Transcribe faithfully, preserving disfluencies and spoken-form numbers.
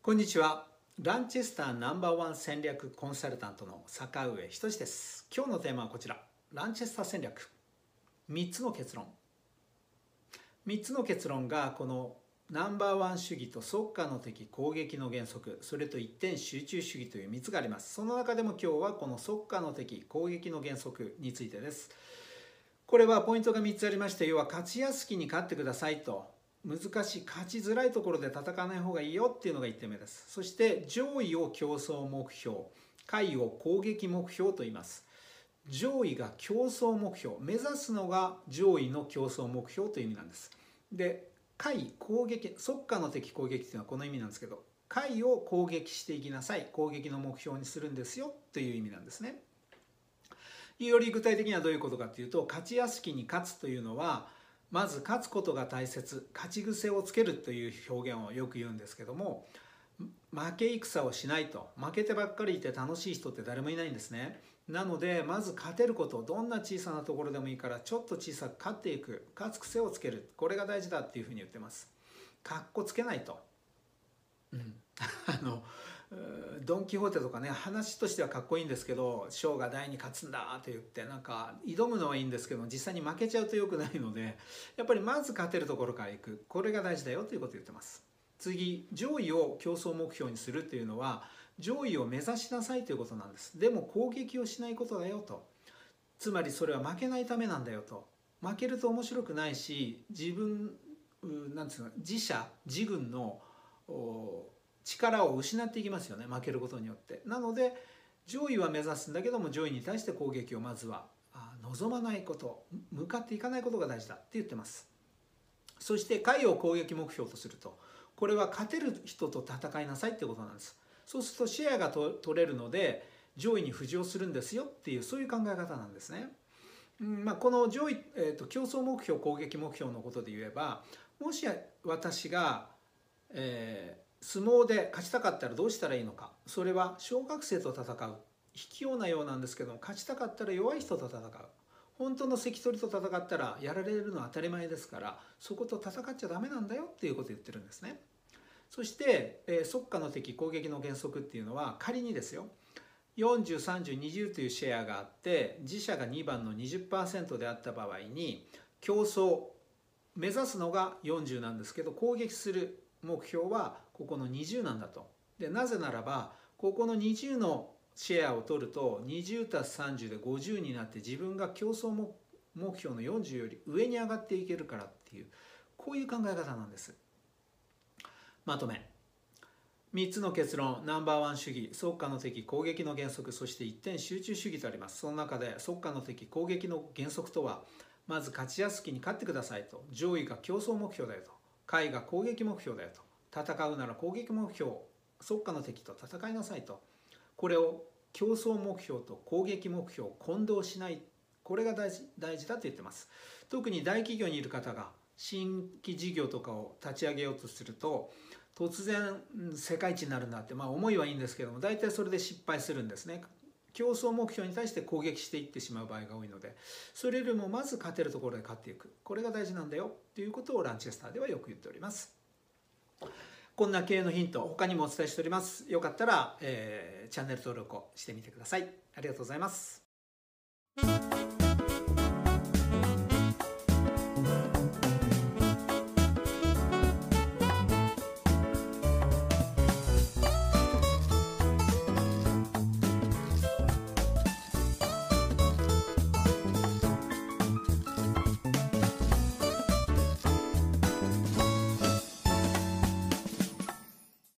こんにちは。ランチェスターナンバーワン戦略コンサルタントの坂上仁です。今日のテーマはこちら。ランチェスター戦略。みっつの結論。みっつの結論がこのナンバーワン主義と即可の敵攻撃の原則、それと一点集中主義というみっつがあります。その中でも今日はこの即可の敵攻撃の原則についてです。これはポイントがみっつありまして、要は勝ちやすきに勝ってくださいと。難しい、勝ちづらいところで戦わない方がいいよっていうのがいってんめです。そして上位を競争目標、下位を攻撃目標と言います。上位が競争目標、目指すのが上位の競争目標という意味なんです。で、下位攻撃、即可の敵攻撃っていうのはこの意味なんですけど、下位を攻撃していきなさい、攻撃の目標にするんですよという意味なんですね。より具体的にはどういうことかというと、勝ちやすきに勝つというのは、まず勝つことが大切、勝ち癖をつけるという表現をよく言うんですけども、負け戦をしないと。負けてばっかりいて楽しい人って誰もいないんですね。なのでまず勝てること、どんな小さなところでもいいからちょっと小さく勝っていく、勝つ癖をつける、これが大事だっていうふうに言ってます。かっこつけないと、うん、あのドン・キホーテとかね、話としてはかっこいいんですけど、将が大に勝つんだって言ってなんか挑むのはいいんですけど、実際に負けちゃうと良くないので、やっぱりまず勝てるところからいく、これが大事だよということを言ってます。次、上位を競争目標にするっていうのは上位を目指しなさいということなんです。でも攻撃をしないことだよと。つまりそれは負けないためなんだよと。負けると面白くないし、自分なんていうの、自社自軍の力を失っていきますよね、負けることによって。なので上位は目指すんだけども、上位に対して攻撃をまずは望まないこと、向かっていかないことが大事だって言ってます。そして下位を攻撃目標とすると、これは勝てる人と戦いなさいってことなんです。そうするとシェアが取れるので上位に浮上するんですよっていう、そういう考え方なんですね。うんまあ、この上位、えーと、競争目標攻撃目標のことで言えば、もし私が、えー相撲で勝ちたかったらどうしたらいいのか。それは小学生と戦う。卑怯なようなんですけども、勝ちたかったら弱い人と戦う。本当の関取と戦ったらやられるのは当たり前ですから、そこと戦っちゃダメなんだよっていうことを言ってるんですね。そして、えー、即可の敵攻撃の原則っていうのは、仮にですよ、よんじゅう、さんじゅう、にじゅうというシェアがあって、自社がにばんの にじゅっパーセント であった場合に、競争目指すのがよんじゅうなんですけど、攻撃する目標はここのにじゅうなんだと。でなぜならば、ここのにじゅうのシェアを取ると にじゅうたすさんじゅう でごじゅうになって、自分が競争目標のよんじゅうより上に上がっていけるからっていう、こういう考え方なんです。まとめ、みっつの結論、ナンバーワン主義、即可の敵攻撃の原則、そして一点集中主義とあります。その中で即可の敵攻撃の原則とは、まず勝ちやすきに勝ってくださいと。上位が競争目標だよと。下位が攻撃目標だよと。戦うなら攻撃目標、即可の敵と戦いなさいと。これを競争目標と攻撃目標を混同しない、これが大事、大事だと言ってます。特に大企業にいる方が新規事業とかを立ち上げようとすると、突然世界一になるんだって、まあ思いはいいんですけども、大体それで失敗するんですね。競争目標に対して攻撃していってしまう場合が多いので、それよりもまず勝てるところで勝っていく、これが大事なんだよということをランチェスターではよく言っております。こんな経営のヒント、他にもお伝えしております。よかったら、えー、チャンネル登録をしてみてください。ありがとうございます。